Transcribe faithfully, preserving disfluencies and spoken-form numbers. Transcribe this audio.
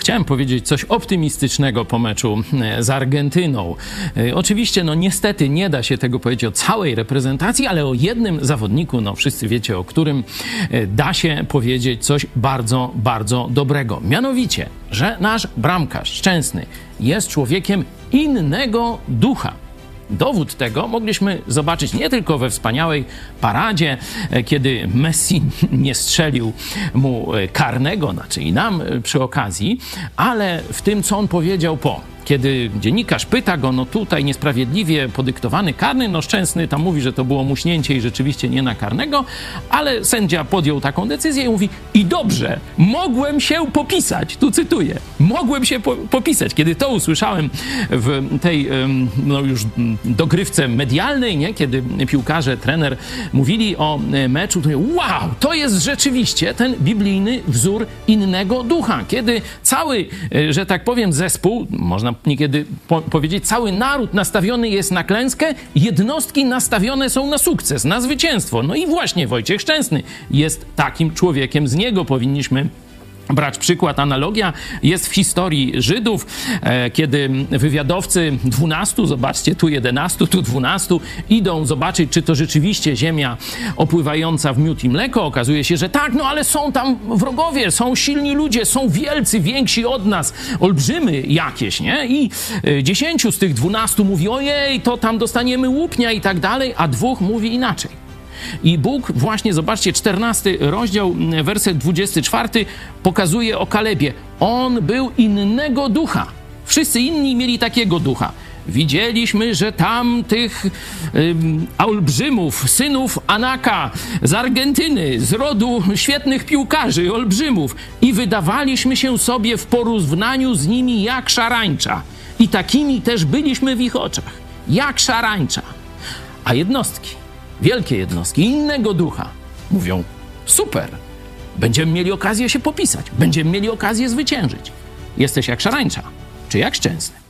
Chciałem powiedzieć coś optymistycznego po meczu z Argentyną. Oczywiście, no niestety nie da się tego powiedzieć o całej reprezentacji, ale o jednym zawodniku, no wszyscy wiecie o którym, da się powiedzieć coś bardzo, bardzo dobrego. Mianowicie, że nasz bramkarz Szczęsny jest człowiekiem innego ducha. Dowód tego mogliśmy zobaczyć nie tylko we wspaniałej paradzie, kiedy Messi nie strzelił mu karnego, znaczy i nam przy okazji, ale w tym, co on powiedział po. Kiedy dziennikarz pyta go, no tutaj niesprawiedliwie podyktowany karny, no Szczęsny tam mówi, że to było muśnięcie i rzeczywiście nie na karnego, ale sędzia podjął taką decyzję i mówi: i dobrze, mogłem się popisać, tu cytuję, mogłem się po popisać. Kiedy to usłyszałem w tej no już dogrywce medialnej, nie? Kiedy piłkarze, trener mówili o meczu, to mówię, wow, to jest rzeczywiście ten biblijny wzór innego ducha. Kiedy cały, że tak powiem, zespół, można niekiedy po powiedzieć, cały naród nastawiony jest na klęskę, jednostki nastawione są na sukces, na zwycięstwo. No i właśnie Wojciech Szczęsny jest takim człowiekiem, z niego powinniśmy brać przykład. Analogia jest w historii Żydów, e, kiedy wywiadowcy dwunastu, zobaczcie, tu jedenastu, tu dwunastu, idą zobaczyć, czy to rzeczywiście ziemia opływająca w miód i mleko. Okazuje się, że tak, no ale są tam wrogowie, są silni ludzie, są wielcy, więksi od nas, olbrzymy jakieś, nie? I e, dziesięciu z tych dwunastu mówi, ojej, to tam dostaniemy łupnia i tak dalej, a dwóch mówi inaczej. I Bóg właśnie, zobaczcie, czternasty rozdział, werset dwudziesty czwarty pokazuje o Kalebie. On był innego ducha. Wszyscy inni mieli takiego ducha. Widzieliśmy, że tam tych ym, olbrzymów, synów Anaka z Argentyny, z rodu świetnych piłkarzy, olbrzymów, i wydawaliśmy się sobie w porównaniu z nimi jak szarańcza. I takimi też byliśmy w ich oczach. Jak szarańcza. A jednostki, wielkie jednostki innego ducha mówią: super, będziemy mieli okazję się popisać, będziemy mieli okazję zwyciężyć. Jesteś jak szarańcza, czy jak Szczęsny.